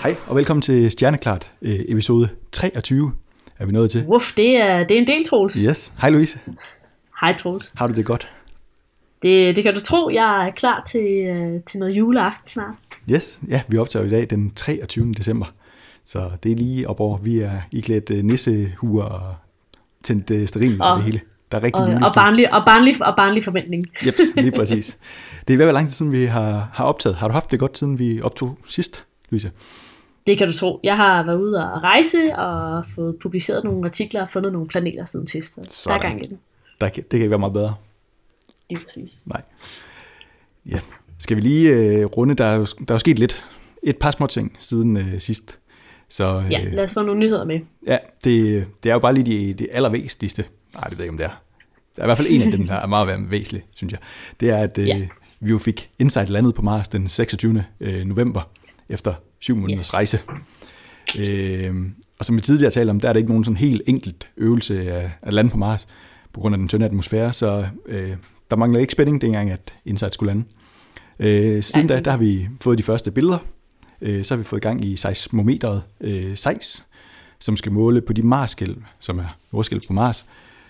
Hej og velkommen til Stjerneklart, episode 23 er vi nået til. Det er en del, Troels. Yes. Hej Louise. Hej Troels. Har du det godt? Det kan du tro, jeg er klar til noget juleaften snart. Yes, ja, vi optager i dag den 23. december, så det er lige op over. Vi er iklædt nissehuer og tændt stearinlys og det hele. Der er rigtig og barnlig forventning. Jeps, lige præcis. Det er ved at være lang tid siden, vi har optaget. Har du haft det godt, siden vi optog sidst, Louise? Det kan du tro. Jeg har været ude og rejse og fået publiceret nogle artikler og fundet nogle planeter siden sidst. Så der er gang i den. Det kan ikke være meget bedre. Lige præcis. Nej. Ja. Skal vi lige runde? Der er jo sket lidt. Et par små ting siden sidst. Så, ja, lad os få nogle nyheder med. Ja, det er jo bare lige det allervæsentligste. Nej, det ved jeg ikke, om det er. Der er i hvert fald en af dem, der er meget væsentlig, synes jeg. Det er, at vi jo fik InSight landet på Mars den 26. november, efter 7 måneders rejse. Og som vi tidligere talte om, der er det ikke nogen sådan helt enkelt øvelse at lande på Mars, på grund af den tynde atmosfære, så der mangler ikke spænding, dengang at InSight skulle lande. Siden da har vi fået de første billeder, så har vi fået gang i seismometeret SEIS, som skal måle på de Mars-skælv, som er jordskælv på Mars.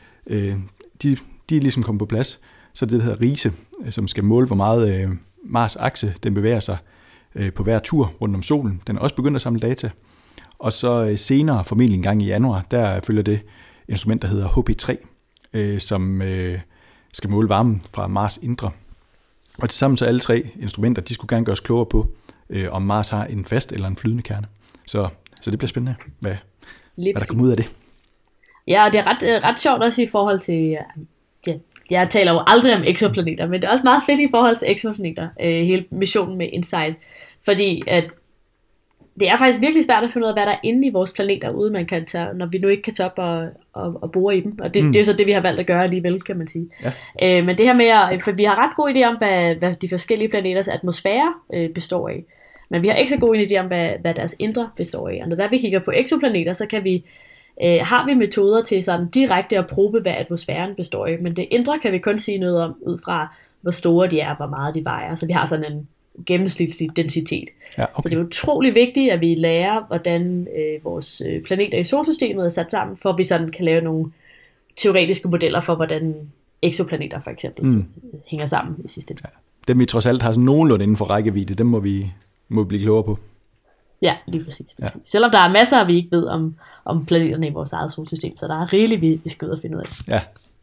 De er ligesom kommet på plads, så det hedder RISE, som skal måle, hvor meget Mars-akse den bevæger sig på hver tur rundt om solen. Den er også begyndt at samle data. Og så senere, formentlig en gang i januar, der følger det instrument, der hedder HP3, som skal måle varmen fra Mars indre. Og til sammen så alle tre instrumenter, de skulle gerne gøres klogere på, om Mars har en fast eller en flydende kerne. Så det bliver spændende, hvad der kommer ud af det. Ja, og det er ret sjovt også i forhold til, jeg taler jo aldrig om eksoplaneter, men det er også meget fedt i forhold til eksoplaneter, hele missionen med InSight, fordi at det er faktisk virkelig svært at finde ud af, hvad der er inde i vores planeter ude, man kan tage, når vi nu ikke kan tage op og bore i dem, og det er så det, vi har valgt at gøre alligevel, kan man sige. Ja. Men det her med, for vi har ret god idé om, hvad de forskellige planeters atmosfære består af, men vi har ikke så god idé om, hvad deres indre består af, og når vi kigger på eksoplaneter, så kan vi har vi metoder til sådan direkte at probe, hvad atmosfæren består af, men det indre kan vi kun sige noget om, ud fra hvor store de er, hvor meget de vejer, så vi har sådan en gennemsnitlig densitet. Ja, okay. Så det er utrolig vigtigt, at vi lærer, hvordan vores planeter i solsystemet er sat sammen, for at vi sådan kan lave nogle teoretiske modeller for, hvordan eksoplaneter for eksempel hænger sammen i sidste ende. Ja. Dem vi trods alt har sådan nogenlunde inden for rækkevidde, dem må vi blive klogere på. Ja, lige præcis. Ja. Selvom der er masser, vi ikke ved om planeterne i vores eget solsystem, så der er rigeligt, vi skal ud og finde ud af. Ja.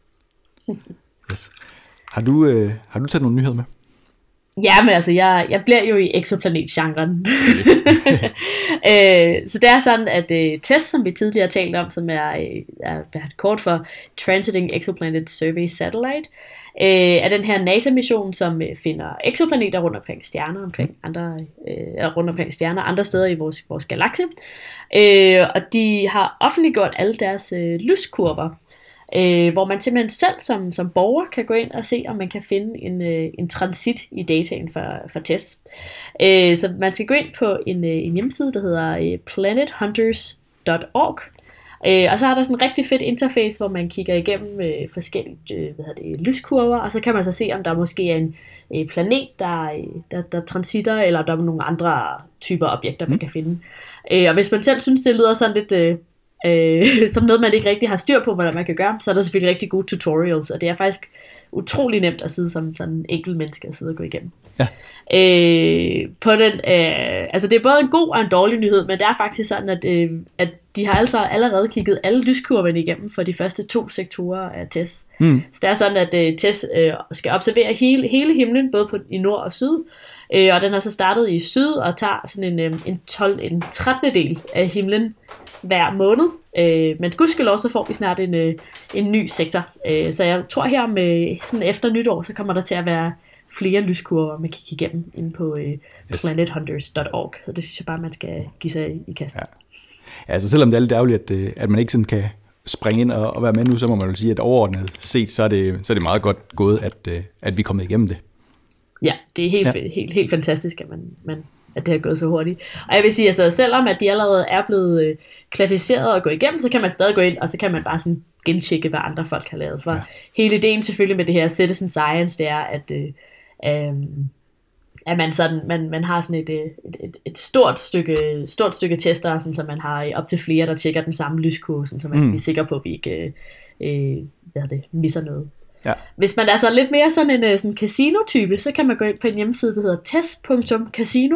Yes. Har du taget nogle nyheder med? Ja, men altså, jeg bliver jo i exoplanet-genren. Så det er sådan, at TESS, som vi tidligere har talt om, som er kort for Transiting Exoplanet Survey Satellite, er den her NASA-mission, som finder exoplaneter rundt omkring stjerner, andre steder i vores galakse. Og de har offentliggjort alle deres lyskurver, hvor man simpelthen selv som borger kan gå ind og se, om man kan finde en transit i dataen for TESS. Så man skal gå ind på en hjemmeside, der hedder planethunters.org, og så er der sådan en rigtig fedt interface, hvor man kigger igennem forskellige lyskurver, og så kan man så se, om der måske er en planet, der transitter, eller om der er nogle andre typer objekter, man kan finde. Og hvis man selv synes, det lyder sådan lidt som noget, man ikke rigtig har styr på, hvordan man kan gøre, så er der selvfølgelig rigtig gode tutorials, og det er faktisk utrolig nemt at sidde som sådan en enkelt menneske og sidde og gå igennem. Ja. På den, altså det er både en god og en dårlig nyhed, men det er faktisk sådan, at de har altså allerede kigget alle lyskurvene igennem for de første 2 sektorer af TESS. Så det er sådan, at TESS skal observere hele himlen, både i nord og syd, og den har så startet i syd og tager sådan en 13. del af himlen hver måned, men gudskelov så får vi snart en ny sektor, så jeg tror her med sådan efter nytår, så kommer der til at være flere lyskurver, man kan kigge igennem inde på planethunters.org, så det synes jeg bare, man skal give sig i kassen. Ja, altså selvom det er lidt ærgerligt, at man ikke sådan kan springe ind og være med nu, så må man jo sige, at overordnet set, så er det meget godt gået, at vi er kommet igennem det. Ja, det er helt fantastisk, at det har gået så hurtigt. Og jeg vil sige, altså selvom at de allerede er blevet klassificeret og gå igennem, så kan man stadig gå ind, og så kan man bare sådan gentjekke, hvad andre folk har lavet. For hele ideen selvfølgelig med det her citizen science, det er, at at man har sådan et stort stykke tester, sådan, så man har op til flere, der tjekker den samme lyskurve, så man kan blive sikker på, at vi ikke misser noget. Ja. Hvis man er så lidt mere sådan en sådan casino-type, så kan man gå ind på en hjemmeside, der hedder test.casino,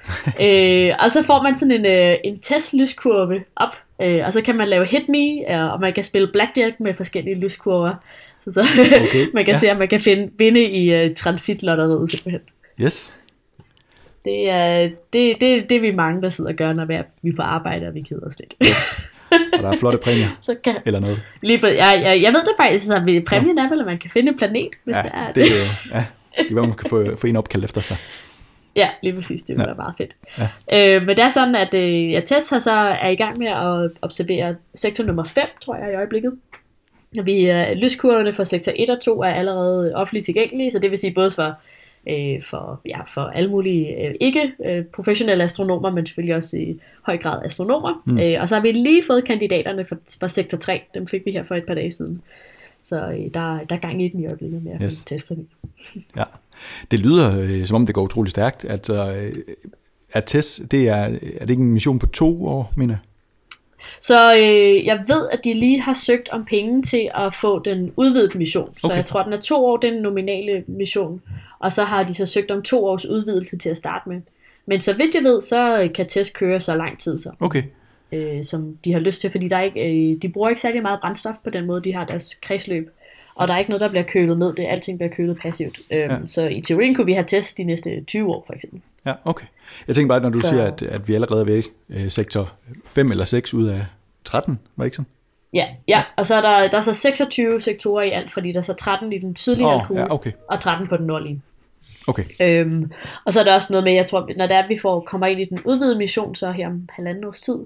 og så får man sådan en test-lyskurve op, og så kan man lave hit me, og man kan spille blackjack med forskellige lyskurver, så okay. Man kan se, om man kan vinde i transitlotteriet simpelthen. Yes. Det er vi mange, der sidder og gør, når vi er på arbejde, og vi keder os lidt. Og der er flotte præmier, eller noget. Jeg ved det faktisk, så præmien er vel, at man kan finde en planet, hvis det er det. Det var, man kan få en opkald efter sig. Ja, lige præcis, det var meget fedt. Ja. Men det er sådan, at Tess er i gang med at observere sektor nummer 5, tror jeg, i øjeblikket. Lyskurverne for sektor 1 og 2 er allerede offentligt tilgængelige, så det vil sige både for alle mulige ikke-professionelle astronomer, men selvfølgelig også i høj grad astronomer. Og så har vi lige fået kandidaterne for sektor 3, dem fik vi her for et par dage siden. Så der er gang i den i øjeblikket med at finde testplanet. Ja, det lyder som om det går utrolig stærkt. Altså, at TESS, det er det ikke en mission på 2 år, mener jeg? Så jeg ved, at de lige har søgt om penge til at få den udvidede mission. Så jeg tror, den er 2 år, den nominale mission. Og så har de så søgt om 2 års udvidelse til at starte med. Men så vidt jeg ved, så kan TESS køre så lang tid så. Okay. Som de har lyst til, fordi de bruger ikke særlig meget brændstof på den måde, de har deres kredsløb. Og der er ikke noget, der bliver kølet ned. Alting bliver kølet passivt. Så i teorien kunne vi have TESS de næste 20 år, for eksempel. Ja, okay. Jeg tænker bare, når du siger, at vi allerede er ved sektor 5 eller 6 ud af 13, var det ikke sådan? Ja, og så er der så 26 sektorer i alt, fordi der er så 13 i den sydlige halvkugle, og 13 på den nordlige. Okay. Og så er der også noget med, jeg tror, når det er, at vi kommer ind i den udvidede mission, så her om 1,5 års tid,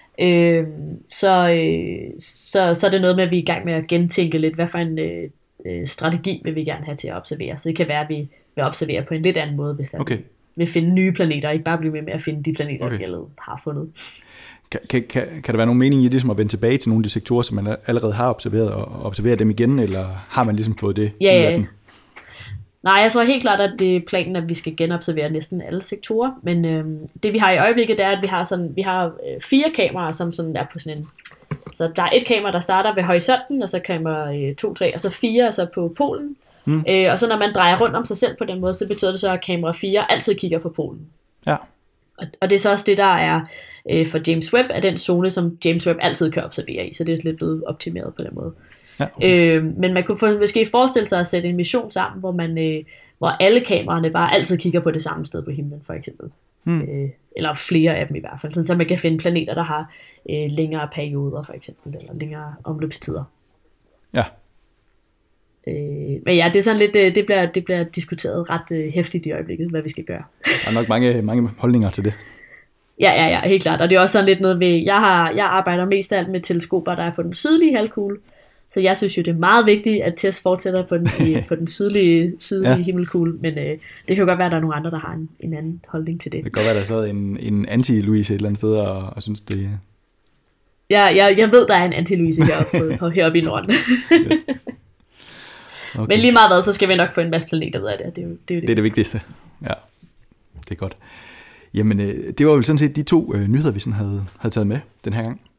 så er det noget med, at vi er i gang med at gentænke lidt, hvad for en strategi vil vi gerne have til at observere. Så det kan være, at vi vil observere på en lidt anden måde, hvis vi vil finde nye planeter, og ikke bare blive med at finde de planeter, vi allerede har fundet. Kan der være nogen mening i det, som at vende tilbage til nogle af de sektorer, som man allerede har observeret, og observere dem igen, eller har man ligesom fået det ud af dem? Nej, jeg tror helt klart, at det er planen, at vi skal genobservere næsten alle sektorer, men det vi har i øjeblikket, det er, at vi har 4 kameraer, som sådan er på sådan en... Så der er et kamera, der starter ved horisonten, og så kamera 2, 3, og så 4, og så på polen. Og så når man drejer rundt om sig selv på den måde, så betyder det så, at kamera 4 altid kigger på polen. Ja. Og det er så også det, der er for James Webb, er den zone, som James Webb altid kan observere i, så det er lidt blevet optimeret på den måde. Ja, okay. Men man kunne måske forestille sig at sætte en mission sammen, hvor alle kameraerne bare altid kigger på det samme sted på himlen, for eksempel. Eller flere af dem i hvert fald, sådan, så man kan finde planeter, der har længere perioder, for eksempel, eller længere omløbstider. Ja. Men ja, det er sådan lidt, det bliver diskuteret ret hæftigt i øjeblikket, hvad vi skal gøre. Der er nok mange holdninger til det. Ja, helt klart. Og det er også sådan lidt noget ved, jeg arbejder mest af alt med teleskoper, der er på den sydlige halvkugle. Så jeg synes jo, det er meget vigtigt, at TESS fortsætter på den sydlige himmelkugle. Men det kan jo godt være, at der er nogle andre, der har en anden holdning til det. Det kan godt være, der sad en anti-Louise et eller andet sted og synes, det... Ja, jeg ved, der er en anti-Louise heroppe i Norden. Yes. Okay. Men lige meget hvad, så skal vi nok få en masse planeter ud af det. Det er det vigtigste. Ja, det er godt. Jamen, det var jo sådan set de 2 nyheder, vi sådan havde taget med den her gang.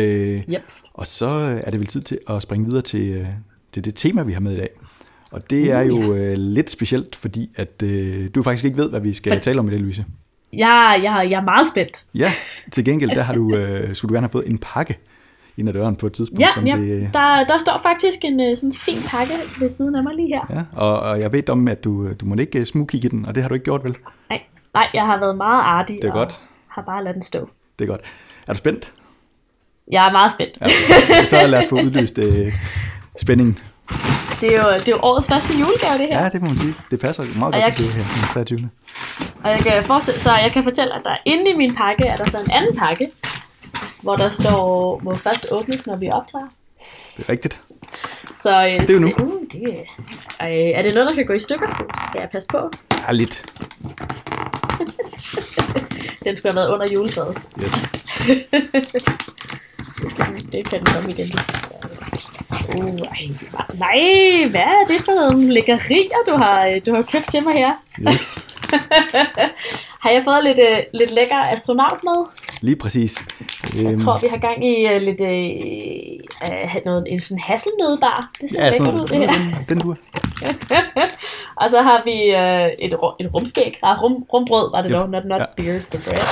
Og så er det vel tid til at springe videre til det tema, vi har med i dag. Og det er jo lidt specielt, fordi at du faktisk ikke ved, hvad vi skal tale om i det, Louise. Jeg er meget spændt. Ja, til gengæld, der har skulle du gerne have fået en pakke ind ad døren på et tidspunkt. Der står faktisk en sådan fin pakke ved siden af mig lige her. Ja, og jeg ved om, at du må ikke smugkigge den, og det har du ikke gjort, vel? Nej, jeg har været meget artig, det er godt. Har bare ladet den stå. Det er godt. Er du spændt? Jeg er meget spændt. Ja, så lad os få udløst spændingen. Det er jo årets første julegave, det her. Ja, det må man sige. Det passer meget godt til det her, den 23. Og jeg kan fortælle, at der inde i min pakke er der så en anden pakke, hvor der står, må først åbnes, når vi optager. Det er rigtigt. Så det er jo nu. Er det noget, der kan gå i stykker? Skal jeg passe på? Ja, lidt. Den skulle have været under juletræet. Yes. Det kan den komme igen. Nej, hvad er det for nogle lækkerier, du har købt til mig her? Yes. Har jeg fået lidt lækker astronautmad? Lige præcis. Jeg tror, vi har gang i lidt en sådan hasselnødbar. Det ser lækkert ud, det her. Den duer. Og så har vi et rumskæg. Rumbrød var det dog, not beer, but bread.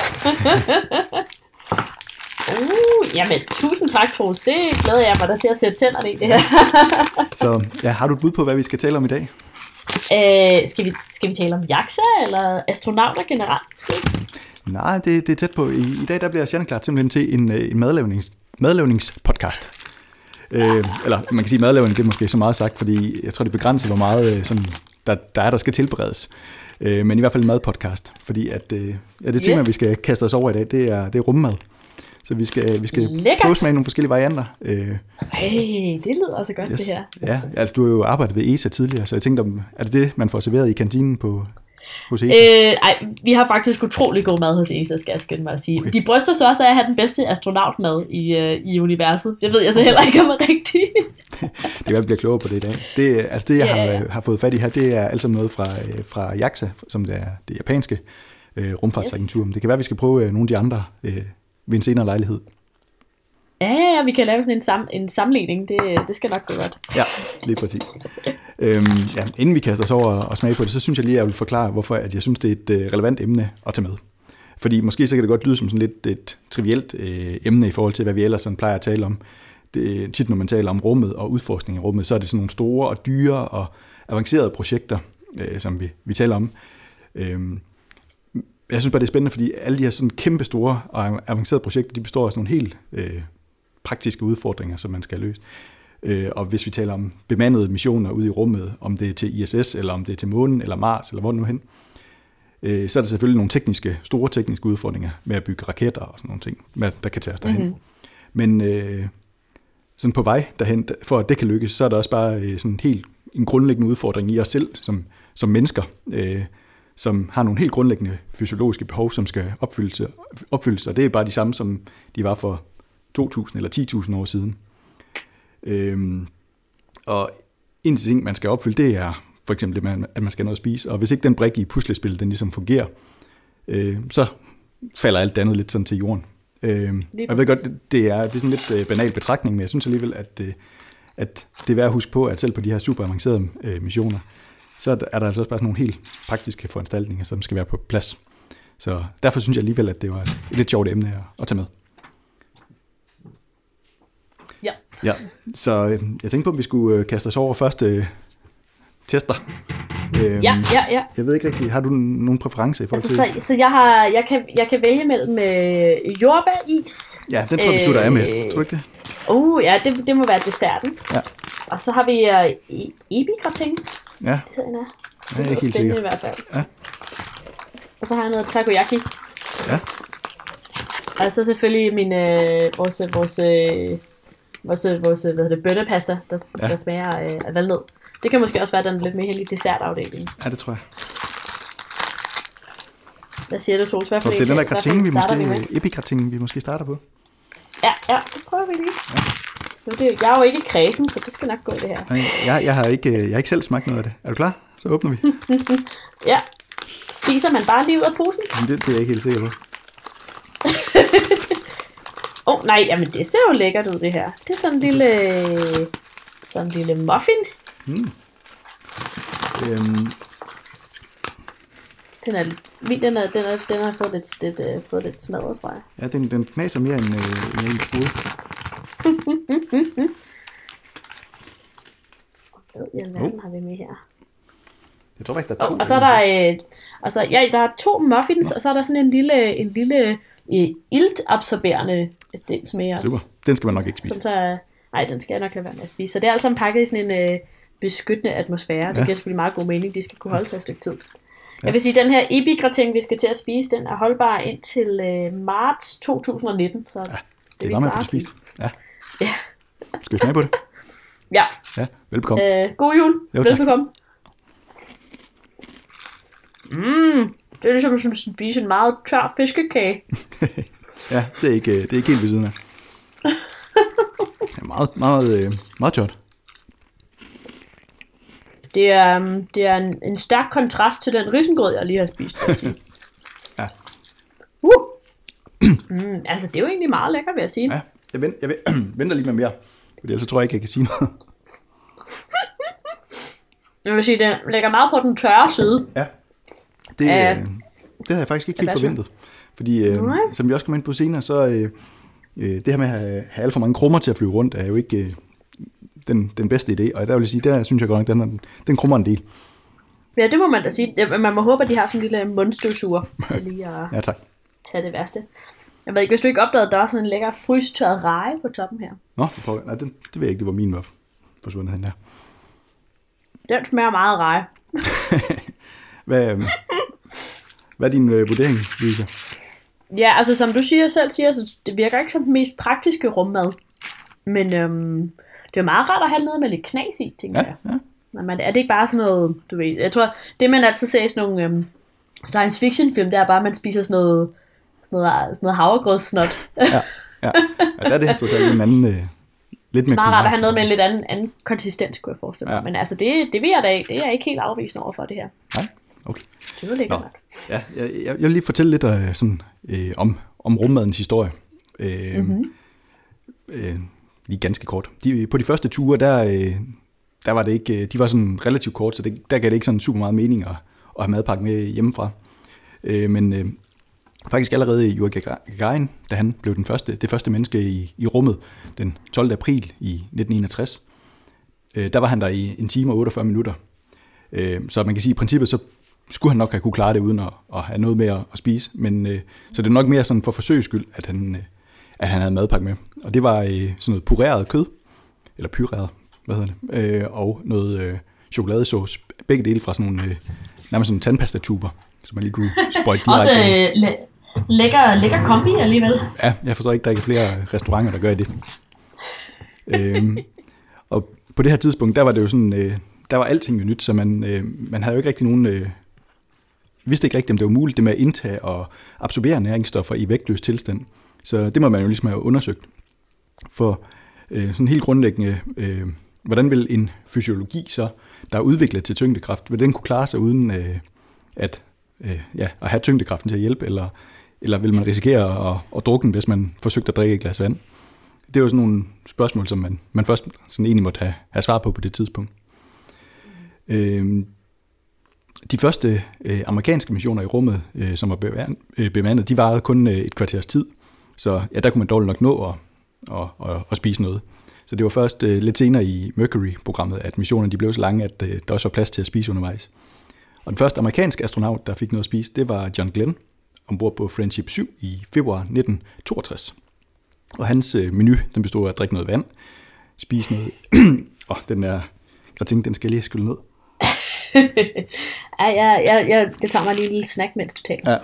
Jamen, tusind tak, Troels. Det glæder jeg mig da til at sætte tænderne i det her. Så har du et bud på, hvad vi skal tale om i dag? Skal vi tale om JAXA eller astronauter generelt? Nej, det er tæt på. I dag der bliver Stjerneklar simpelthen til en madlavningspodcast. Eller man kan sige madlavning, det er måske så meget sagt, fordi jeg tror, det begrænser, hvor meget sådan, der skal tilberedes. Men i hvert fald en madpodcast, fordi at det tema, vi skal kaste os over i dag, det er rummad. Så vi skal prøve smage nogle forskellige varianter. Det lyder også godt, det her. Ja, altså du har jo arbejdet ved ESA tidligere, så jeg tænkte, er det man får serveret i kantinen hos ESA? Vi har faktisk utrolig god mad hos ESA, skal jeg skynde mig at sige. Okay. De bryster så også af at have den bedste astronautmad i universet. Det ved jeg så heller ikke, om er rigtigt. Det kan være, vi bliver klogere på det i dag. Det jeg har fået fat i her, det er altså noget fra JAXA, som det er det japanske rumfartsagentur. Det kan være, vi skal prøve nogle af de andre ved en senere lejlighed. Ja, vi kan lave sådan en sammenligning. Det skal nok gå godt. Ja, lige præcis. Inden vi kaster os over og smage på det, så synes jeg lige, at jeg vil forklare, hvorfor at jeg synes, det er et relevant emne at tage med. Fordi måske så kan det godt lyde som sådan lidt et trivielt emne i forhold til, hvad vi ellers sådan plejer at tale om. Det er tit, når man taler om rummet og udforskning af rummet, så er det sådan nogle store og dyre og avancerede projekter, som vi taler om. Jeg synes bare, det er spændende, fordi alle de her sådan kæmpe store og avancerede projekter, de består af sådan nogle helt praktiske udfordringer, som man skal løse. Og hvis vi taler om bemandede missioner ude i rummet, om det er til ISS, eller om det er til månen, eller Mars, eller hvor nu hen, så er der selvfølgelig nogle store tekniske udfordringer med at bygge raketter og sådan nogle ting, der kan tage os derhen. Mm-hmm. Men sådan på vej derhen, for at det kan lykkes, så er der også bare sådan helt en grundlæggende udfordring i os selv, som mennesker, som har nogle helt grundlæggende fysiologiske behov, som skal opfyldes, og det er bare de samme, som de var for 2.000 eller 10.000 år siden. Og en ting, man skal opfylde, det er for eksempel, at man skal have noget at spise, og hvis ikke den brik i puslespillet, den ligesom fungerer, så falder alt andet lidt sådan til jorden. Og jeg ved godt, det er sådan lidt banal betragtning, men jeg synes alligevel, at det er værd at huske på, at selv på de her super avancerede missioner, så er der altså også bare sådan nogle helt praktiske foranstaltninger, som skal være på plads. Så derfor synes jeg alligevel, at det var et lidt sjovt emne at tage med. Ja, så jeg tænkte på, at vi skulle kaste os over første tester. Ja. Jeg ved ikke rigtig, har du nogen præference i forhold til? Altså, så jeg kan vælge mellem jordbæris. Ja, den tror jeg, vi slutter af med. Tror du ikke det? Ja, det må være desserten. Ja. Og så har vi ebi-gratin. Ja. Det er ikke helt spændende i hvert fald. Ja. Og så har jeg noget takoyaki. Ja. Og så selvfølgelig vores bønnepasta, der smager af valnød. Det kan måske også være den lidt mere heldige dessertafdeling. Ja, det tror jeg. Hvad siger du, Troels? Det er den der gratin, epi-gratin, vi måske starter på. Ja, det prøver vi lige. Jeg er jo ikke kredsen, så det skal nok gå det her. Nej, jeg har ikke selv smagt noget af det. Er du klar? Så åbner vi. Ja. Spiser man bare lige ud af posen? Det er jeg ikke helt sikker på. Nej, jamen det ser jo lækkert ud, det her. Det er sådan en lille muffin. Den har fået lidt smadret, tror jeg. Ja, den knaser mere end en skrude. Hvad har vi med her? Jeg tror ikke, der er to. Og så er der er 2 muffins, og så er der sådan en lille iltabsorberende dims med os. Super. Den skal man nok ikke spise. Nej, den skal jeg nok lade være med at spise. Så det er altså pakket i sådan en beskyttende atmosfære. Det giver selvfølgelig meget god mening. De skal kunne holde sig et stykke tid. Ja. Jeg vil sige, at den her ebi-gratin, vi skal til at spise, den er holdbar indtil marts 2019. Så det var man for at spise. Ja. Skal vi smage på det? Ja. Velbekomme. God jul. Velbekomme. Det er ligesom at spise en meget tør fiskekage. Ja, det er ikke helt ved siden af. Det er meget tørt. Det er en stærk kontrast til den risengrød, jeg lige har spist. Ja. Altså, det er jo egentlig meget lækkert, vil jeg sige. Ja, jeg venter lige med mere, for ellers tror jeg ikke, jeg kan sige noget. Jeg vil sige, det lægger meget på den tørre side. Ja, det havde jeg faktisk ikke helt forventet. Fordi, som vi også kommer ind på senere, så det her med at have alt for mange krummer til at flyve rundt, er jo ikke den bedste idé. Og der vil jeg sige, der synes jeg godt nok, den krummer en del. Ja, det må man da sige. Man må håbe, at de har sådan en lille mundstøvsuger til lige at ja, tak. tage det værste. Jeg ved ikke, hvis du ikke opdagede, at der er sådan en lækker frystørret reje på toppen her. Nå, nej, det ved jeg ikke, det var min var forsvundet hen der. Den smager meget reje. Hvad er din vurdering, Louise? Ja, altså som du selv siger, så det virker ikke som den mest praktiske rummad. Men det er meget rart at have noget med lidt knas i, tænker jeg. Ja. Men er det ikke bare sådan noget, du ved, jeg tror, det man altid ser i sådan nogle science fiction film, det er bare, at man spiser sådan noget havregrødssnot. Ja, der er det trods alt en anden, lidt mere meget rart at have noget med en lidt anden konsistens, kunne jeg forestille mig. Ja. Men altså, det vil jeg da ikke, det er jeg ikke helt afvisende over for det her. Nej, okay. Det var lækkert nok. Ja, jeg vil lige fortælle lidt om rummadens historie. Lige ganske kort. På de første ture, der var det ikke, de var sådan relativt kort, så der gav det ikke sådan super meget mening at have madpakke med hjemmefra. Men faktisk allerede Yuri Gagarin, da han blev det første menneske i rummet, den 12. april i 1961, der var han der i 1 time og 48 minutter. Så man kan sige, i princippet, så skulle han nok have kunne klare det uden at have noget med at spise. Men, så det er nok mere sådan for forsøgs skyld, at han havde madpakke med. Og det var sådan noget pureret kød, eller pyreret, hvad hedder det, og noget chokoladesauce. Begge dele fra sådan nogle nærmest sådan tandpastatuber, som man lige kunne sprøjte direkte. Også lækker kombi alligevel. Ja, jeg forstår ikke, der ikke er flere restauranter, der gør det. Og på det her tidspunkt, der var det jo sådan, der var alting jo nyt, så man havde jo ikke rigtig nogen, vidste ikke rigtigt, om det var muligt, det med at indtage og absorbere næringsstoffer i vægtløs tilstand. Så det må man jo ligesom have undersøgt. For sådan helt grundlæggende, hvordan vil en fysiologi så, der er udviklet til tyngdekraft, vil den kunne klare sig uden at have tyngdekraften til at hjælpe, eller vil man risikere at drukne, hvis man forsøgte at drikke et glas vand? Det er jo sådan nogle spørgsmål, som man først sådan egentlig måtte have svar på det tidspunkt. De første amerikanske missioner i rummet, som var bemandet, de varede kun et kvarters tid. Så ja, der kunne man dårligt nok nå at spise noget. Så det var først lidt senere i Mercury-programmet, at missionerne de blev så lange, at der også var plads til at spise undervejs. Og den første amerikanske astronaut, der fik noget at spise, det var John Glenn, ombord på Friendship 7 i februar 1962. Og hans menu, den bestod af at drikke noget vand, spise noget, den der gratin, den skal jeg lige skylle ned. Det tager mig lige en lille snack, mens du taler.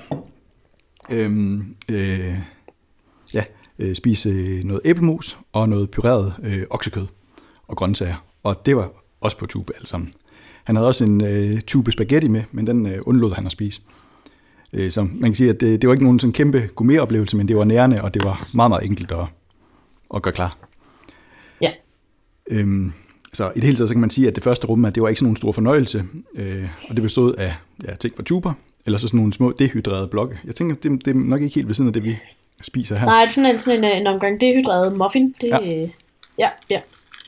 Ja. Spise noget æblemos og noget pyreret oksekød og grøntsager. Og det var også på tube alle sammen. Han havde også en tube spaghetti med, men den undlod han at spise. Så man kan sige, at det var ikke nogen sådan kæmpe gourmetoplevelse, men det var nærende, og det var meget, meget enkelt at gøre klar. Ja. Så i det hele taget, så kan man sige, at det første rummad, det var ikke sådan nogen stor fornøjelse, og det bestod af ting fra tuber, eller så sådan nogle små dehydrerede blokke. Jeg tænker, det er nok ikke helt ved siden af det, vi spiser her. Nej, det er sådan en omgang dehydreret muffin. Det, ja.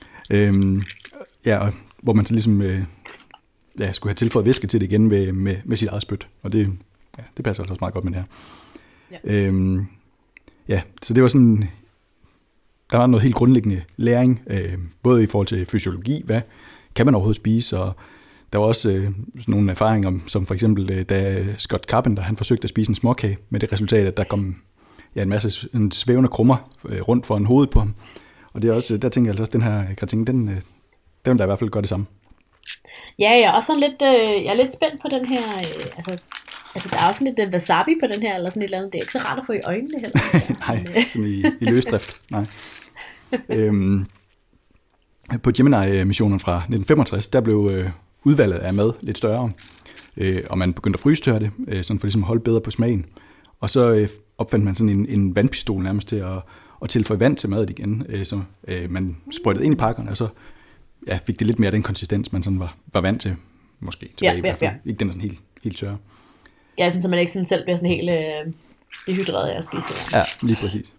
Og hvor man så ligesom skulle have tilføjet væske til det igen med sit eget spyt, og det passer også meget godt med det her. Ja. Så det var sådan, der var noget helt grundlæggende læring, både i forhold til fysiologi, hvad kan man overhovedet spise, og der var også sådan nogle erfaringer, som for eksempel, da Scott Carpenter, han forsøgte at spise en småkage, med det resultat, at der kom en masse svævende krummer rundt for en hoved på ham. Og det er også, der tænker jeg altså også, den her gratin, den vil da i hvert fald gøre det samme. Ja, og sådan lidt, jeg er lidt spændt på den her, altså der er også lidt wasabi på den her, eller sådan et eller andet, det er ikke så rart at få i øjnene heller. Nej, sådan i løsdrift, nej. På Gemini-missionen fra 1965, der blev udvalget af mad lidt større, og man begyndte at frystørre det, sådan for ligesom at holde bedre på smagen. Og så opfandt man sådan en vandpistol nærmest til at tilføje vand til maden igen, så man sprøjtede ind i pakkerne, og så fik det lidt mere den konsistens, man sådan var vant til, måske. Tilbage, i hvert fald. Ikke den er sådan helt tør. Ja, sådan, så man ikke sådan selv bliver sådan helt dehydreret af at spise det. Ja, lige præcis.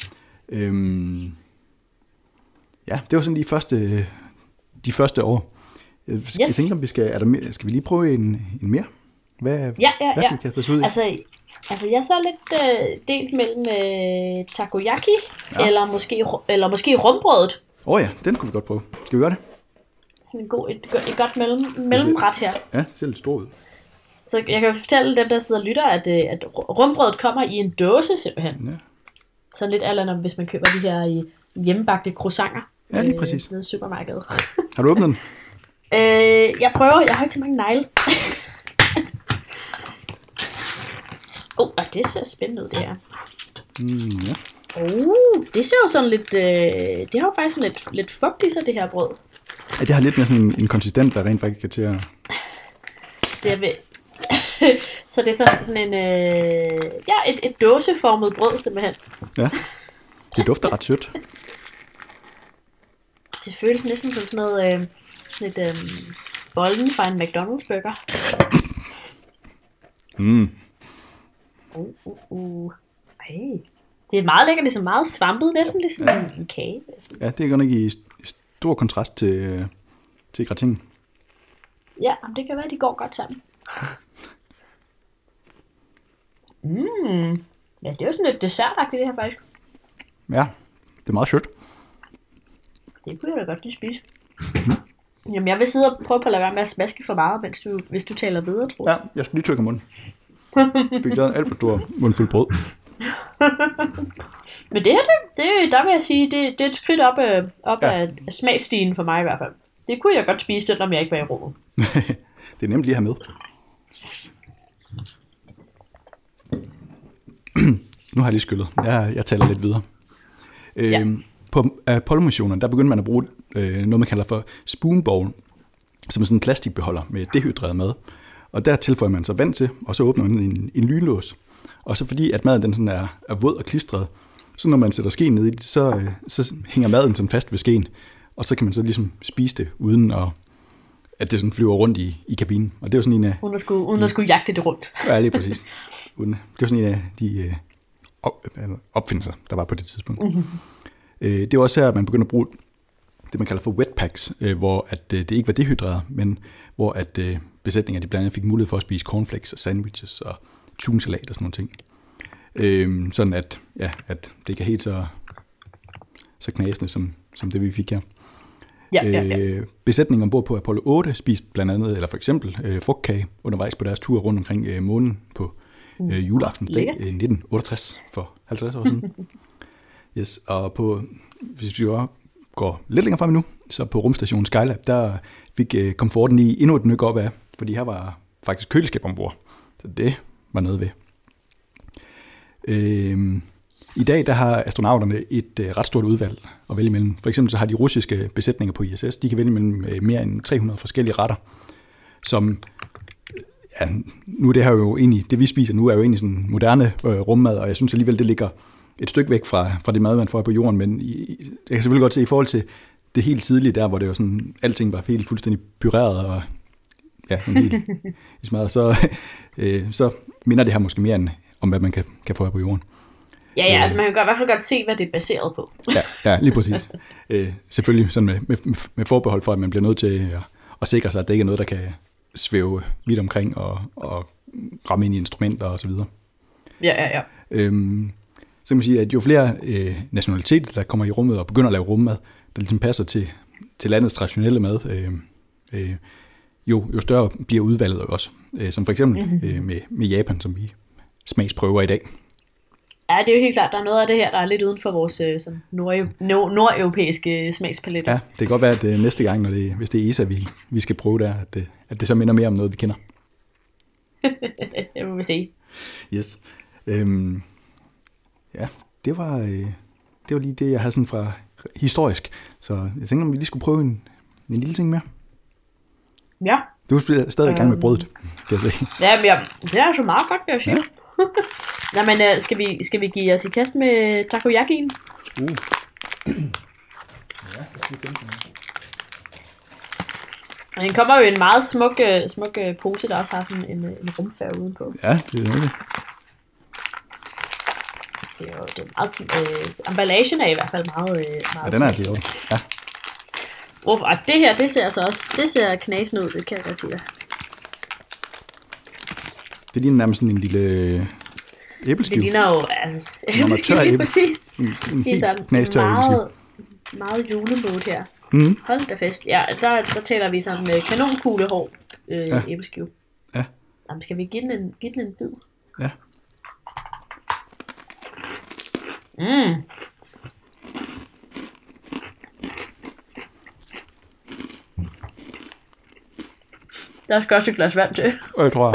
Ja, det var sådan de første år. Jeg tænker, om skal vi lige prøve en mere? Hvad skal vi kaste os ud i? Altså jeg er så lidt delt mellem takoyaki, eller måske rumbrødet. Ja, den kunne vi godt prøve. Skal vi gøre det? Sådan et godt mellemret her. Ja, det ser lidt stort ud. Så jeg kan fortælle dem, der sidder og lytter, at rumbrødet kommer i en dåse simpelthen. Ja. Så lidt allerede, hvis man køber de her hjemmebagte croissanter. Ja, lige præcis. Nede i supermarkedet. Har du åbnet den? Jeg prøver. Jeg har ikke så mange negle. Det ser spændende ud, det her. Ja. Det ser jo sådan lidt... det har jo faktisk sådan lidt fugt i sig, det her brød. Ja, det har lidt mere sådan en konsistent, der rent faktisk kan til at... Så jeg vil... Så det er sådan en... et dåseformet brød, simpelthen. Ja. Det dufter ret sødt. Det føles næsten som sådan noget... bollen fra en McDonald's burger. Ej. Det er meget lækkert, det er meget svampet, næsten ligesom en kage. Ja, det er godt nok i stor kontrast til gratinen. Ja, det kan være, de går godt sammen. Ja, det er jo sådan lidt dessertagtigt, det her faktisk. Ja, det er meget sødt. Det kunne jeg da godt lige spise. Jamen, jeg vil sidde og prøve på at lade være med at smaske for meget, hvis du taler videre, tror jeg. Ja, jeg skal lige trykke munden. Fik der en alt for stor mundfuld brød. Men det her, der vil jeg sige, det er et skridt op af smagsstigen for mig i hvert fald. Det kunne jeg godt spise, selvom jeg ikke var i rummet. Det er nemt lige at have med. Nu har jeg lige skyllet. Jeg taler lidt videre. På Apollo-missionen, der begyndte man at bruge noget, man kalder for spoon bowl, som er sådan en plastikbeholder med dehydreret mad. Og der tilføjer man så vand til, og så åbner man en lynlås. Og så fordi at maden den sådan er våd og klistret, så når man sætter skeen ned i det, så hænger maden sådan fast ved skeen. Og så kan man så ligesom spise det, uden at det sådan flyver rundt i kabinen. Og det er jo sådan en af... Uden at skulle jagte det rundt. Ja, lige præcis. Det var sådan en af de opfindelser, der var på det tidspunkt. Det er også her, at man begynder at bruge det, man kalder for wet packs, hvor at det ikke var dehydreret, men hvor at besætninger de blandt andet fik mulighed for at spise cornflakes og sandwiches og tunsalat og sådan nogle ting. Sådan at det ikke er helt så knasende, som det vi fik her. Ja. Besætningen ombord på Apollo 8 spiste blandt andet, eller for eksempel frugtkage undervejs på deres tur rundt omkring månen på juleaftensdag 1968 for 50 år siden. Yes, og hvis vi går lidt længere frem nu, så på rumstationen Skylab, der fik komforten lige endnu et nyk op af, fordi her var faktisk køleskab ombord. Så det var noget ved. I dag der har astronauterne et ret stort udvalg at vælge imellem. For eksempel så har de russiske besætninger på ISS, de kan vælge mellem mere end 300 forskellige retter, som nu er det her jo egentlig, det vi spiser nu er jo egentlig sådan moderne rummad, og jeg synes alligevel, det ligger et stykke væk fra det mad, man får på jorden, men jeg kan selvfølgelig godt se i forhold til det helt tidlige der, hvor det var sådan, alting var helt fuldstændig pyreret og helt i smadret, så minder det her måske mere end om, hvad man kan få her på jorden. Ja, altså man kan i hvert fald godt se, hvad det er baseret på. Ja, lige præcis. Selvfølgelig sådan med forbehold for, at man bliver nødt til at sikre sig, at det ikke er noget, der kan svæve vidt omkring og ramme ind i instrumenter og så videre. Ja. Så kan man sige, at jo flere nationaliteter, der kommer i rummet og begynder at lave rummad, der ligesom passer til landets traditionelle mad, jo større bliver udvalget også. Som for eksempel med Japan, som vi smagsprøver i dag. Ja, det er jo helt klart, der er noget af det her, der er lidt uden for vores sådan nordeuropæiske smagspalet. Ja, det kan godt være, at næste gang, hvis det er ISA, vi skal prøve der, at det så minder mere om noget, vi kender. Det må vi se. Yes. Ja, det var lige det, jeg havde sådan fra historisk. Så jeg tænkte, om vi lige skulle prøve en lille ting mere. Ja. Du er stadig i gang med brødet, kan jeg sige. Ja, men det er så meget godt, vil jeg sige. Ja. Nå, men skal vi give os i kast med takoyakien? Ja, jeg skal finde den. Og den kommer jo i en meget smuk pose, der også har sådan en rumfærge udenpå. Ja, det er det. Det er jo meget, emballagen er i hvert fald meget Ja, den er altså i orden. Ja. Og det her, det ser knasende ud, det kan jeg godt sige. Det ligner nærmest sådan en lille æbleskive. Det ligner jo, altså, æbleskive. Præcis. En helt knastør æbleskive. Meget julemode her. Mm. Hold da fest. Ja, der taler vi sådan med kanonkuglehår æbleskive. Ja. Jamen, skal vi give den en bid? Ja. Mm. Der skal også et glas vand til. Jeg tror.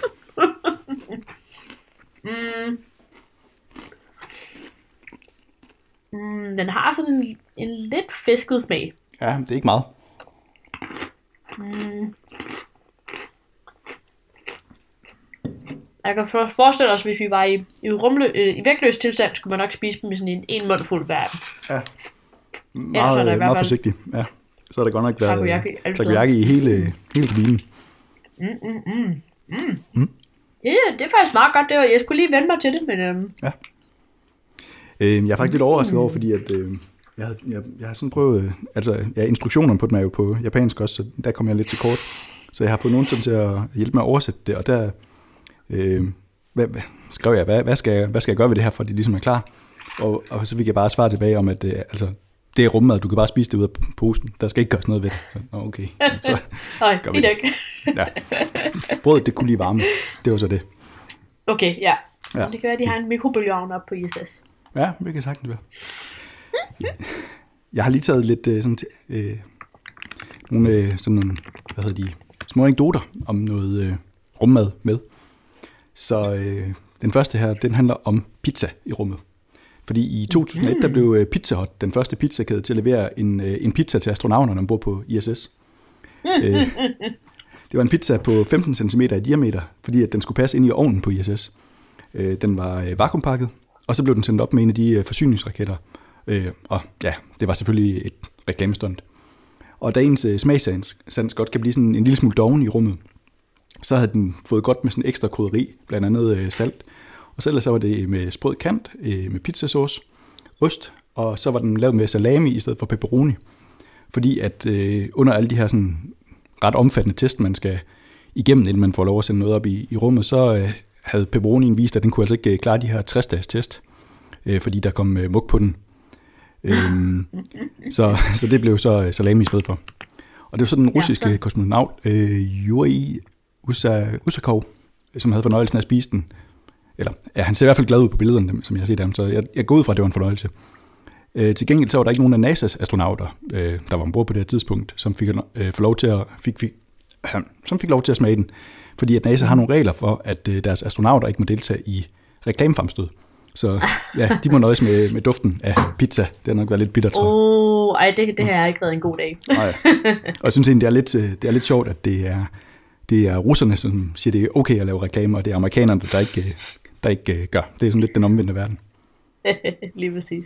Den har sådan en lidt fisket smag. Ja, det er ikke meget. Jeg kan forestille os, hvis vi var i vægtløs tilstand, skulle man nok spise dem i sådan en mundfuld hver. Ja. Meget forsigtig. Ja. Så er der godt nok været takoyaki i hele kabinen. Det er faktisk meget godt. Jeg skulle lige vende mig til det, men... Ja. Jeg er faktisk lidt overrasket over, fordi at, jeg har sådan prøvet... Altså, instruktionerne på dem er jo på japansk også, så der kommer jeg lidt til kort. Så jeg har fået nogen til at hjælpe med at oversætte det, og der skrev jeg, hvad skal jeg gøre ved det her, for det ligesom er klar. Og så fik jeg bare svare tilbage om, at det er rummad, du kan bare spise det ud af posen. Der skal ikke gøres noget ved det. Så, okay. Så gør vi det. Ja. Brødet, det kunne lige varmes. Det var så det. Okay, ja. Det kan være, at de har en mikrobølgeovn op på ISS. Ja, det kan sagtens være. Jeg har lige taget lidt nogle små anekdoter om noget rummad med. Så den første her, den handler om pizza i rummet. Fordi i 2001, der blev Pizza Hut den første pizzakæde til at levere en pizza til astronauterne ombord på ISS. Det var en pizza på 15 cm i diameter, fordi at den skulle passe ind i ovnen på ISS. Den var vakuumpakket, og så blev den sendt op med en af de forsyningsraketter. Og ja, det var selvfølgelig et reklamestunt. Og da ens smagssans godt kan blive sådan en lille smule doven i rummet, så havde den fået godt med sådan ekstra krydderi, blandt andet salt. Og så ellers så var det med sprød kant, med pizzasauce, ost, og så var den lavet med salami i stedet for pepperoni. Fordi at under alle de her sådan ret omfattende test, man skal igennem, inden man får lov at sende noget op i rummet, så havde pepperonien vist, at den kunne altså ikke klare de her 60-dages test, fordi der kom mug på den. Så det blev så salami i stedet for. Og det var så den russiske kosmonaut, Yuri Usakov, som havde fornøjelsen af at spise den. Eller, ja, han ser i hvert fald glad ud på billederne, som jeg har set ham, så jeg går ud fra, at det var en fornøjelse. Til gengæld så var der ikke nogen af NASA's astronauter, der var ombord på det her tidspunkt, som fik lov til at smage den. Fordi at NASA har nogle regler for, at deres astronauter ikke må deltage i reklamefremstød. Så ja, de må nøjes med duften af pizza. Det har nok været lidt bittert, tror jeg. Det har ikke været en god dag. Nej. Og jeg synes egentlig, det er lidt sjovt, at det er russerne, som siger, det er okay at lave reklamer, og det er amerikanerne, der ikke gør. Det er sådan lidt den omvendte verden. Lige præcis.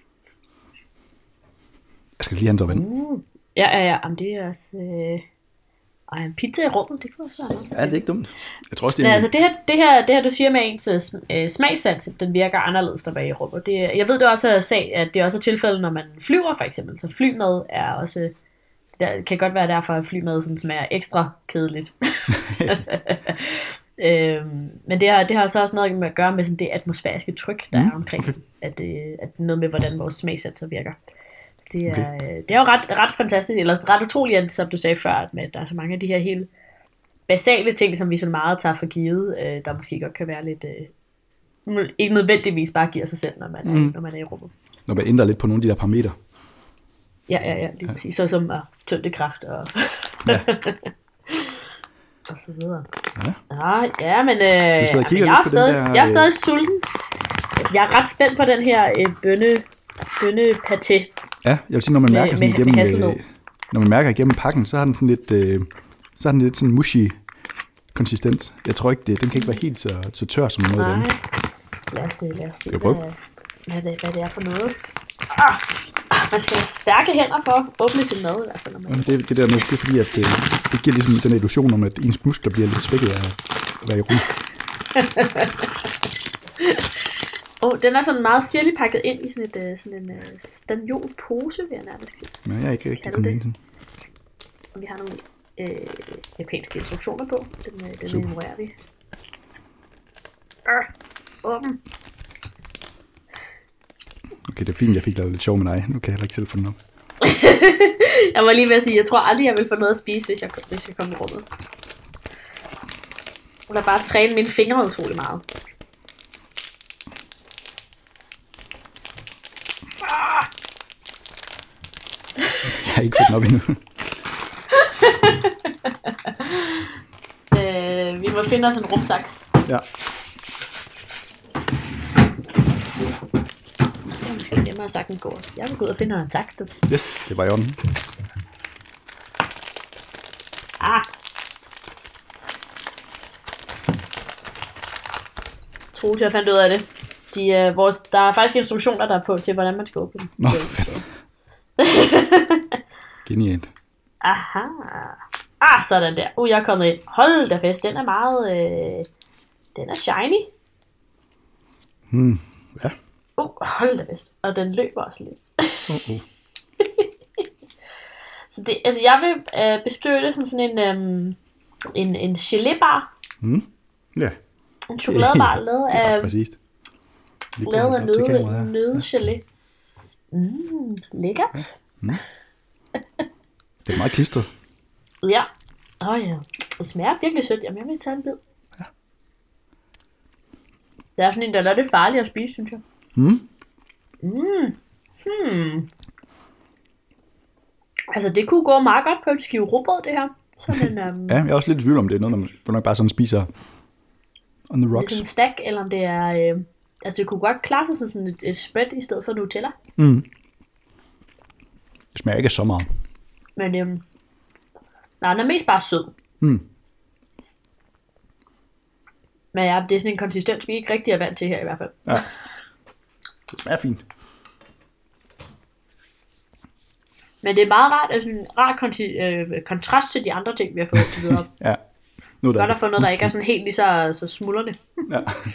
Jeg skal lige have en vand. Ja. Jamen, det er også... en pizza i rummet, det kunne også være noget. Ja, det er ikke dumt. Jeg tror også, det er... Altså, det her, du siger med ens smagssans, den virker anderledes der i rummet. Jeg ved det også, at det er også tilfældet, når man flyver, for eksempel. Så flymad er også... Det kan godt være derfor, at flymad sådan smager ekstra kedeligt. Men det har så også noget med at gøre med sådan det atmosfæriske tryk, der er omkring. Okay. At noget med, hvordan vores smagsanser virker. Det er jo ret fantastisk, eller ret utroligt, som du sagde før, at der er så mange af de her helt basale ting, som vi så meget tager for givet, der måske godt kan være lidt, ikke nødvendigvis bare giver sig selv, når man er i rummet. Når man ændrer lidt på nogle af de der parametre. Ja, lige præcis. Så som tyngdekraft og... og så videre. Ja, men jeg er stadig sulten. Altså, jeg er ret spændt på den her bønnepaté. Ja, jeg vil sige, når man mærker sådan når man mærker igennem pakken, så har den sådan lidt sådan mushy konsistens. Jeg tror ikke, den kan ikke være helt så tør som noget af dem. Lad os se, hvad det er for noget. man skal have stærke hænder for at åbne sin mad i hvert fald. Det der med, det er fordi, at det giver ligesom den illusion om, at ens muskler bliver lidt svækket af at være i rum. Den er sådan meget sirligt pakket ind i sådan en stanjolpose, vil jeg nærmest sige. Men jeg er ikke rigtig kommet ind til. Og vi har nogle japanske instruktioner på. Den ignorerer vi. Åben. Okay, det er fint, jeg fik lavet lidt sjov med dig. Nu kan jeg heller ikke selv få den op. Jeg var lige ved at sige, jeg tror aldrig, jeg vil få noget at spise, hvis jeg kommer i rummet. Jeg vil bare træne mine fingre utrolig meget. Jeg har ikke fået den op endnu. Vi må finde os en rumsaks. Ja. Det er måske nemmere at sagtens gå. Jeg vil gå ud og finde en saks. Yes, det var i orden. Troels, jeg fandt ud af det. Der er faktisk instruktioner der på til, hvordan man skal åbne dem. Nå, fedt. Genialt. Aha. Sådan der. Jeg er kommet ind. Hold da fest. Den er meget... den er shiny. Ja. Hold da fest. Og den løber også lidt. Så det, altså jeg vil beskrive det som sådan en gelébar. Ja. En chokoladebar lavet af... præcist. Lavet af nødgelé. Lækkert. Ja. Det er meget klistret. Ja. Ja. Det smager virkelig sødt. Jamen, jeg vil tage en bid. Ja. Det er sådan en, der er lidt farlig at spise, synes jeg. Altså, det kunne gå meget godt på et skive rugbrød, det her. Sådan en, ja, jeg er også lidt i tvivl om det er noget, man nok bare sådan spiser on the rocks. Det er sådan en stack, eller om det er... altså, det kunne godt klare sig som sådan et spread i stedet for Nutella. Det smager ikke så meget. Men nej, den er mest bare sød. Men ja, det er sådan en konsistens, vi ikke rigtig er vant til her i hvert fald. Ja. Det smager fint. Men det er meget rart, altså en rar kontrast til de andre ting, vi har fået til videre. Ja. Godt at få noget, der ikke er sådan helt lige så smuldrende. Ja.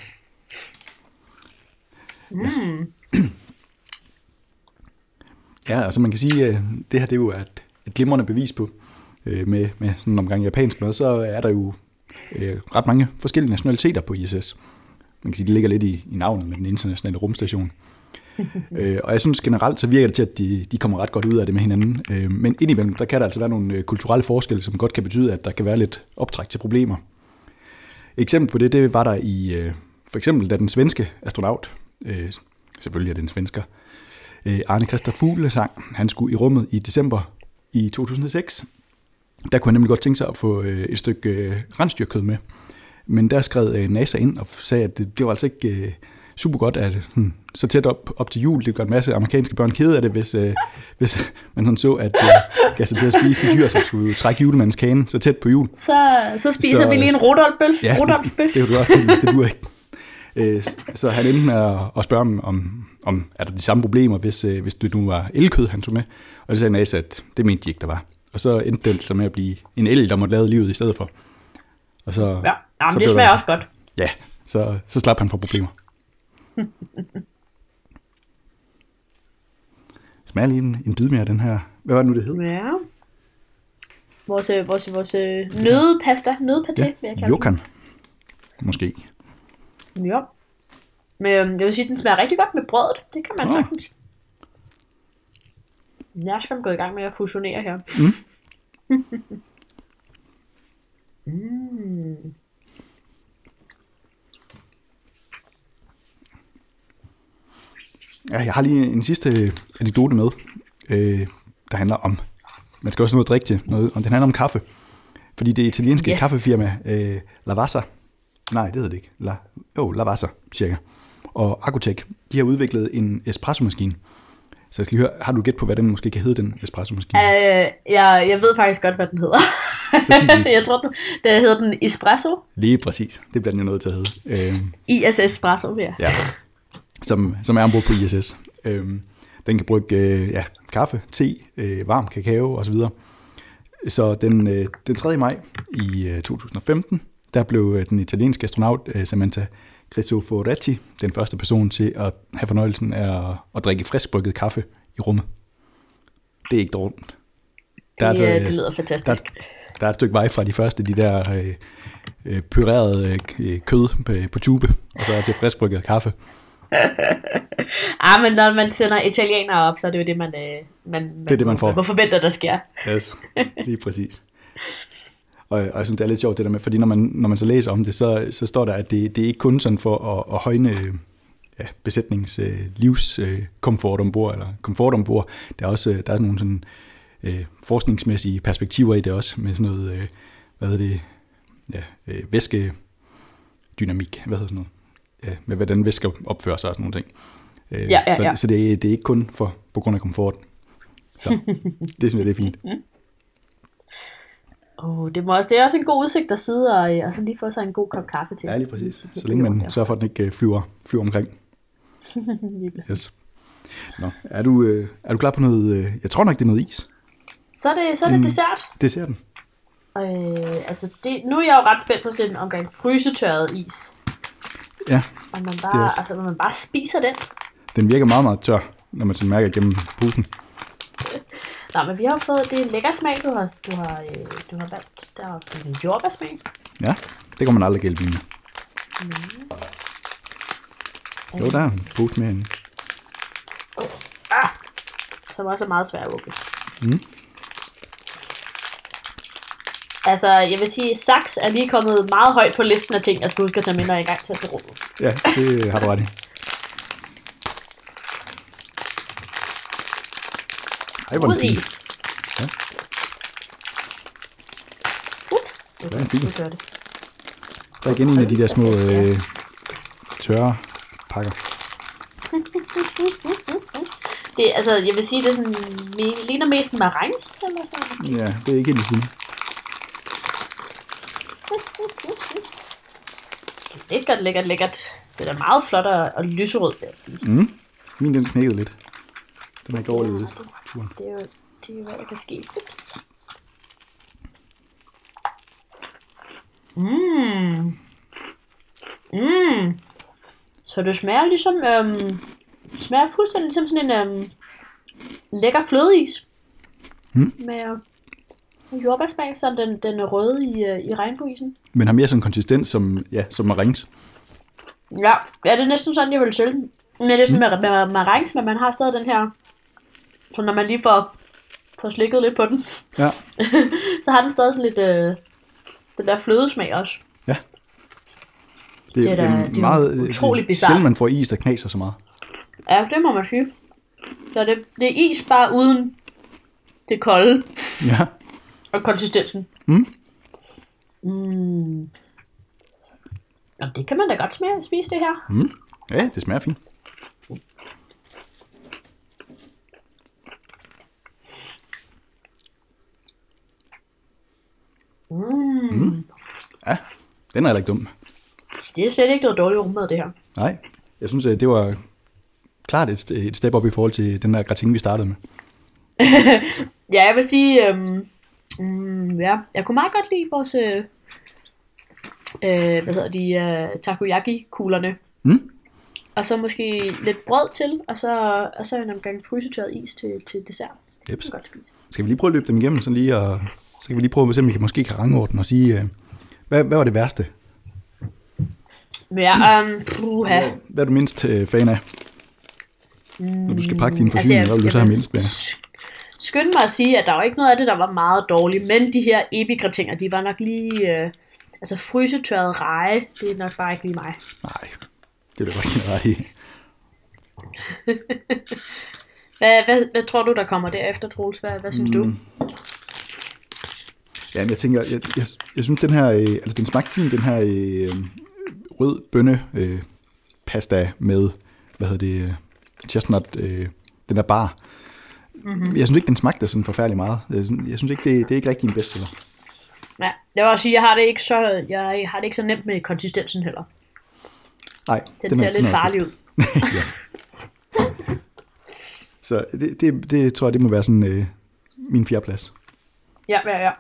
Ja, altså man kan sige, at det her det er jo et glimrende bevis på, med sådan en omgang japansk mad, så er der jo ret mange forskellige nationaliteter på ISS. Man kan sige, det ligger lidt i navnet med den internationale rumstation. Og jeg synes generelt, så virker det til, at de kommer ret godt ud af det med hinanden. Men indimellem, der kan der altså være nogle kulturelle forskelle, som godt kan betyde, at der kan være lidt optræk til problemer. Et eksempel på det var der i, for eksempel da den svenske astronaut, selvfølgelig er det en svensker, Arne Christer Fuglesang, han skulle i rummet i december i 2006. Der kunne han nemlig godt tænke sig at få et stykke rensdyrkød med. Men der skrev NASA ind og sagde, at det var altså ikke super godt, at så tæt op til jul, det gør en masse amerikanske børn kede af det, hvis man sådan så, at gav sig til at spise de dyr, som skulle trække julemandens kane så tæt på jul. Så spiser vi lige en Rudolf-bøf. Ja, det kunne du også tænke, hvis det duer ikke. Så han endte med at spørge om er der de samme problemer, hvis det nu var elkød, han tog med. Og det sagde NASA, at det mente de ikke, der var. Og så endte det så med at blive en el, der måtte lade livet i stedet for. Og så, men så det smager også godt. Ja, så slap han fra problemer. Smager lige en bid mere af den her. Hvad var det nu, det hed? Ja. Vores nødpasta. Nødpaté, vil jeg kalde Yokan. Måske. Ja. Men jeg vil sige, at den smager rigtig godt med brødet. Det kan man sagtens. Jeg skal gå i gang med at fusionere her. Ja, jeg har lige en sidste anekdote med, der handler om, man skal også have noget at drikke til, og den handler om kaffe. Fordi det italienske kaffefirma Lavazza, nej, det hedder det ikke, Lavazza, cirka, og Acotec, de har udviklet en espresso-maskine. Så jeg skal lige høre, har du gæt på, hvad den måske kan hedde, den espresso-maskine? Jeg ved faktisk godt, hvad den hedder. Jeg tror, det hedder den Espresso. Lige præcis, det bliver den jo nødt til at hedde. ISS Espresso, ja. Ja, som er ombord på ISS. Den kan brygge kaffe, te, varm kakao osv. Så den 3. maj i 2015, der blev den italienske astronaut Samantha Cristoforetti den første person til at have fornøjelsen af at drikke friskbrygget kaffe i rummet. Det er ikke dårligt. Det lyder fantastisk. Der er et stykke vej fra de første, de der pyrerede kød på tube, og så til friskbrygget kaffe. Men når man sender italienere op, så er det jo det, man får. Man må forvente, der sker. Yes, lige præcis. Og jeg synes, det er lidt sjovt det der med, fordi når man så læser om det, så står der, at det er ikke kun sådan for at højne besætnings livskomfort ombord, eller komfort ombord. Der er nogle sådan forskningsmæssige perspektiver i det også, med sådan noget, væskedynamik, med hvordan væsker opfører sig og sådan nogle ting. Så det er ikke kun på grund af komforten. Så det synes jeg, det er fint. Det er også en god udsigt at sidde og så lige få sig en god kop kaffe til. Ja, lige præcis. Så længe man sørger for, at den ikke flyver omkring. Yes. Nå, er du klar på noget? Jeg tror nok, det er noget is. Så er det dessert. Desserten. Nu er jeg jo ret spændt på sådan en omgang frysetørret is. Ja. Og man bare spiser den. Den virker meget, meget tør, når man sådan mærker gennem posen. Men vi har fået det lækker smag, du har valgt. Der er en jordbærsmag. Ja, det kan man aldrig gælde med. Jo, der er en pose mere inde. Som også er meget svært at åbne. Altså, jeg vil sige, saks er lige kommet meget højt på listen af ting, jeg skal huske at tage mindre i gang til at tage rummet. Ja, det har du ret i. Ej, hvor er den fin. Ja. Ups. Det er en fin. Der er igen en af de der små tørre pakker. Jeg vil sige, det er sådan, ligner mest en marengs, eller sådan. Ja, det er ikke helt siden. Lækkert. Det er da meget flot og lyserød, vil jeg sige. Min den knækkede lidt. Den er ikke overlevet turen. Det er jo, hvad der kan ske. Ups. Så det smager ligesom, smager fuldstændig ligesom sådan en lækker flødeis. Med jordbærsmag, så den er røde i regnbueisen. Men har mere sådan konsistens som marengs. Ja, det er næsten sådan, jeg vil sælge den. Men det er sådan med marengs, men man har stadig den her, så når man lige får slikket lidt på den, ja. så har den stadig sådan lidt den der flødesmag også. Ja. Det er meget utroligt bizarrt. Sjældent man får is, der knaser så meget. Ja, det må man sige. Så det er is bare uden det kolde. Ja. Og konsistensen. Jamen, det kan man da godt spise det her. Ja, det smager fint. Ja, den er heller ikke dum. Det er slet ikke noget dårligt rummad, det her. Nej, jeg synes, det var klart et step op i forhold til den der gratin, vi startede med. Ja, jeg vil sige, jeg kunne meget godt lide vores, takoyaki-kuglerne. Og så måske lidt brød til, og så en omgang frysetørret is til dessert. Yep. Skal vi lige prøve at løbe dem igennem, så kan vi lige prøve at se, om vi måske kan rangordne og sige, hvad var det værste? Ja, Hvad er du mindst fan af? Når du skal pakke dine forsyninger, hvad vil du så have mindst med? Skynd mig at sige, at der var ikke noget af det, der var meget dårligt, men de her epigratinger, de var nok lige, frysetørret reje, det er nok bare ikke lige mig. Nej, det er du godt ikke ret i. Hvad tror du, der kommer derefter, Troels? Hvad synes du? Ja, jeg tænker, jeg synes, den her, den smagte fint, den her rød bønne pasta med, chestnut, den der bar. Jeg synes ikke, den smagte sådan forfærdelig meget. Jeg synes ikke, det er ikke rigtig en bestseller. Ja, det var at sige, jeg har det ikke så nemt med konsistensen heller. Nej. Den ser lidt farlig ud. Ja. Så det tror jeg, det må være sådan min 4. plads. Ja.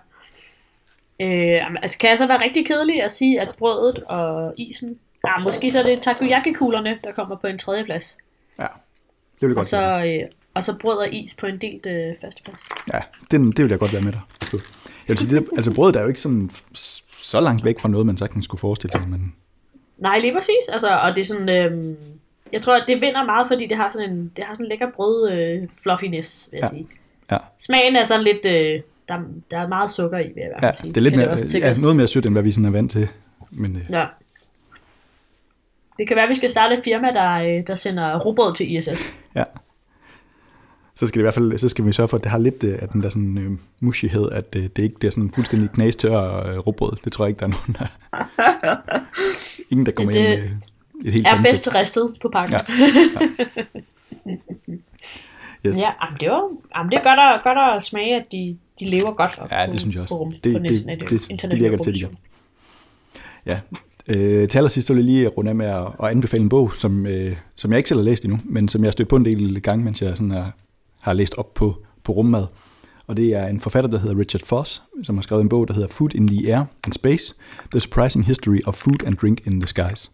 Altså, kan jeg så være rigtig kedelig at sige, at brødet og isen... måske så er det takoyaki-kuglerne, der kommer på en 3. plads. Ja, det vil jeg godt sige. Og så brød og is på en delt 1. plads. Ja, det vil jeg godt være med dig. Jeg vil sige, altså brødet er jo ikke sådan så langt væk fra noget, man sagtens skulle forestille sig. Men... Nej, lige præcis. Altså, og det er sådan... jeg tror, at det vinder meget, fordi det har sådan en lækker brød fluffiness, vil jeg sige. Ja. Smagen er sådan lidt... der er meget sukker i, vil jeg i hvert fald sige. Det er lidt mere, noget mere sødt, end hvad vi sådan er vant til. Men, ja. Det kan være, at vi skal starte et firma, der sender rugbrød til ISS. Ja. Så skal det i hvert fald, så skal vi sørge for, at det har lidt af den der sådan mushighed, at det ikke bliver sådan fuldstændig knastør rugbrød. Det tror jeg ikke, der er nogen, der... Ingen, der kommer ind med et helt er bedst ristet på pakken. Ja. Yes. Ja, det er godt at smage, at de lever godt op ja, det synes jeg også. På det virker det til, de gør. Ja. Til allersidst så vil jeg lige runde af med at anbefale en bog, som jeg ikke selv har læst endnu, men som jeg har stødt på en del gange, mens jeg sådan har læst op på rummad. Og det er en forfatter, der hedder Richard Foss, som har skrevet en bog, der hedder Food in the Air and Space, The Surprising History of Food and Drink in the Skies.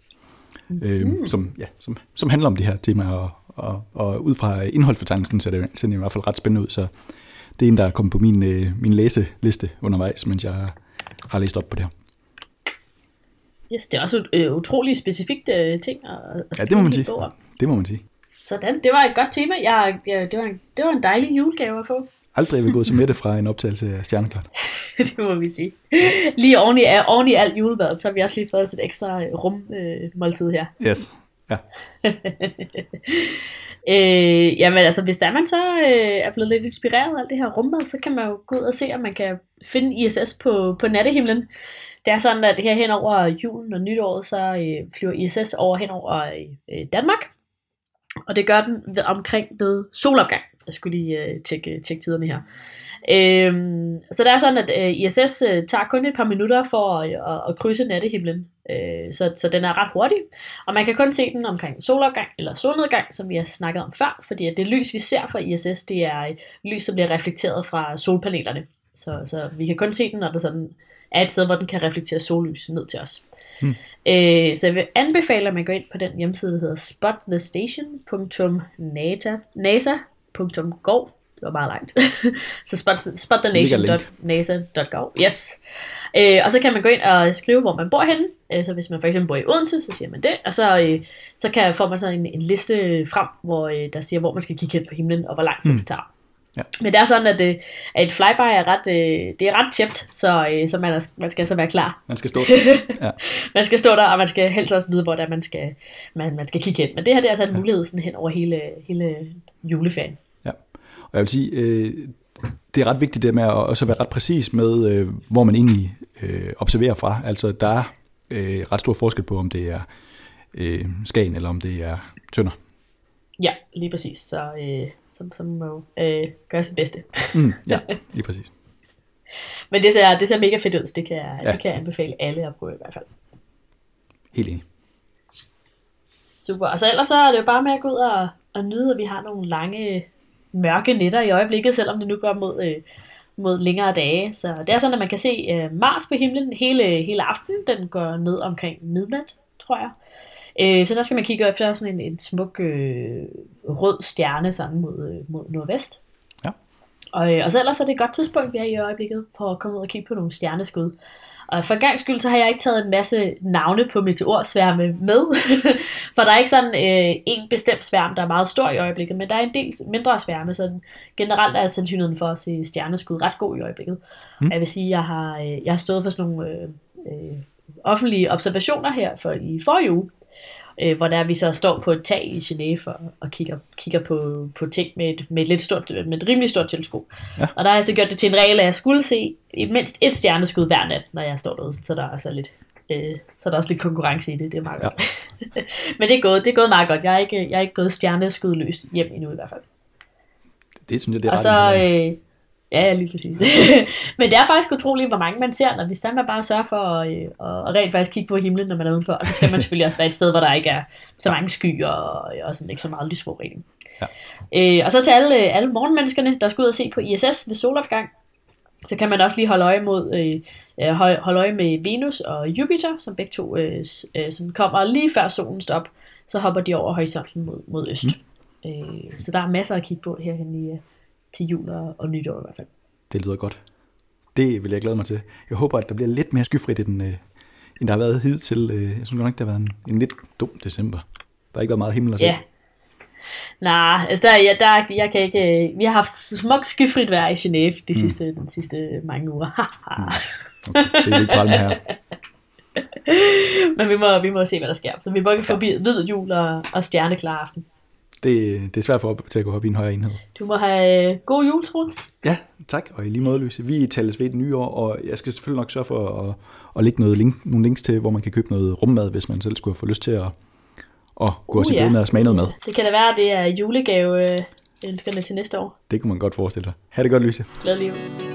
Som handler om de her temaer, og ud fra indholdsfortegnelsen ser det i hvert fald ret spændende ud, så det er en, der er kommet på min læseliste undervejs, mens jeg har læst op på det her. Yes, det er også utrolig specifikt ting at ja, det må man sige. Det må man sige. Sådan, det var et godt tema. Det var en dejlig julegave at få. Aldrig er vi gået så mætte fra en optagelse af Stjerneklart. Det må vi sige. Lige oven i alt julemad, så har vi også lige fået et ekstra rummåltid her. Yes, ja. Jamen altså, hvis der man så er blevet lidt inspireret af alt det her rummad, så kan man jo gå ud og se, om man kan finde ISS på nattehimlen. Det er sådan, at her hen over julen og nytåret, så flyver ISS over hen over Danmark. Og det gør den omkring ved solopgang. Jeg skulle lige tjekke tiderne her. Så det er sådan, at ISS tager kun et par minutter for at krydse nattehimlen. Så den er ret hurtig. Og man kan kun se den omkring solopgang eller solnedgang, som vi har snakket om før. Fordi at det lys, vi ser fra ISS, det er lys, som bliver reflekteret fra solpanelerne. Så vi kan kun se den, når der sådan er et sted, hvor den kan reflektere sollys ned til os. Så jeg vil anbefale, at man går ind på den hjemmeside, der hedder spotthenation.nasa.gov. Det var meget langt. Så spotthenation.nasa.gov. Yes. Og så kan man gå ind og skrive, hvor man bor henne. Så hvis man for eksempel bor i Odense, så siger man det. Og så får man så en liste frem, hvor der siger, hvor man skal kigge hen på himlen, og hvor lang tid det tager. Ja. Men det er sådan, at et flyby er ret tjept, så man skal så være klar. Man skal stå der. Ja. Man skal stå der, og man skal helst også vide, hvor der man skal kigge hen. Men det her det er altså en mulighed sådan hen over hele juleferien. Ja, og jeg vil sige, det er ret vigtigt det med at også være ret præcis med, hvor man egentlig observerer fra. Altså der er ret stor forskel på, om det er Skagen, eller om det er Tønder. Ja, lige præcis. Så må gøre sit bedste. Ja, lige præcis. Men det ser mega fedt ud. Det kan jeg anbefale alle at prøve i hvert fald. Helt enig. Super. Og så ellers så er det jo bare med at gå ud og nyde, at vi har nogle lange, mørke nætter i øjeblikket, selvom det nu går mod længere dage. Så det er sådan, at man kan se Mars på himlen hele aftenen. Den går ned omkring midnat, tror jeg. Så der skal man kigge efter sådan en smuk rød stjerne sammen mod nordvest. Ja. Og så ellers er det et godt tidspunkt, vi er i øjeblikket, for at komme ud og kigge på nogle stjerneskud. Og for en gang skyld, så har jeg ikke taget en masse navne på meteorsværme med, for der er ikke sådan en bestemt sværm, der er meget stor i øjeblikket, men der er en del mindre sværme, så generelt er sandsynligheden for at se stjerneskud ret god i øjeblikket. Jeg vil sige, jeg har stået for sådan nogle offentlige observationer her i forrige uge, hvor der vi så står på et tag i Genève og kigger på ting med et rimelig stort teleskop. Ja. Og der har jeg så gjort det til en regel, at jeg skulle se mindst et stjerneskud hver nat, når jeg står derude. Så der er altså så er der også lidt konkurrence i det. Det er meget godt. Men det er gået meget godt. Jeg er ikke gået stjerneskudløs hjem endnu i hvert fald. Det synes jeg, det er ret. Ja, lige præcis. Men det er faktisk utroligt, hvor mange man ser, når vi stadig bare sørger for at rent faktisk kigge på himlen, når man er udenfor. Og så skal man selvfølgelig også være et sted, hvor der ikke er så mange skyer og sådan ikke så meget lysforurening. Ja. Og så til alle morgenmenneskerne, der skal ud og se på ISS ved solopgang, så kan man også lige holde øje med Venus og Jupiter, som begge to sådan kommer lige før solen står op, så hopper de over horisonten mod øst. Så der er masser at kigge på herhen til jul og nytår i hvert fald. Det lyder godt. Det vil jeg glæde mig til. Jeg håber, at der bliver lidt mere skyfrit, end der har været hidtil. Jeg synes nok, det har været en lidt dum december. Der har ikke været meget himmel at se. Ja. Nej, altså jeg kan ikke. Vi har haft smukt skyfrit vejr i Genève de sidste mange uger. Okay, det er ikke bare med her. Men vi må se, hvad der sker. Så vi må ikke forbi hvid jul og stjerneklar aften. Det er svært for til at gå op i en højere enhed. Du må have god jul, Troels. Ja, tak. Og i lige måde, Louise. Vi tales ved det nye år, og jeg skal selvfølgelig nok sørge for at lægge nogle links til, hvor man kan købe noget rummad, hvis man selv skulle få lyst til at gå til bedene og smage noget mad. Det kan da være, at det er julegave ønskerne til næste år. Det kunne man godt forestille sig. Ha' det godt, Louise. Glædelig jul.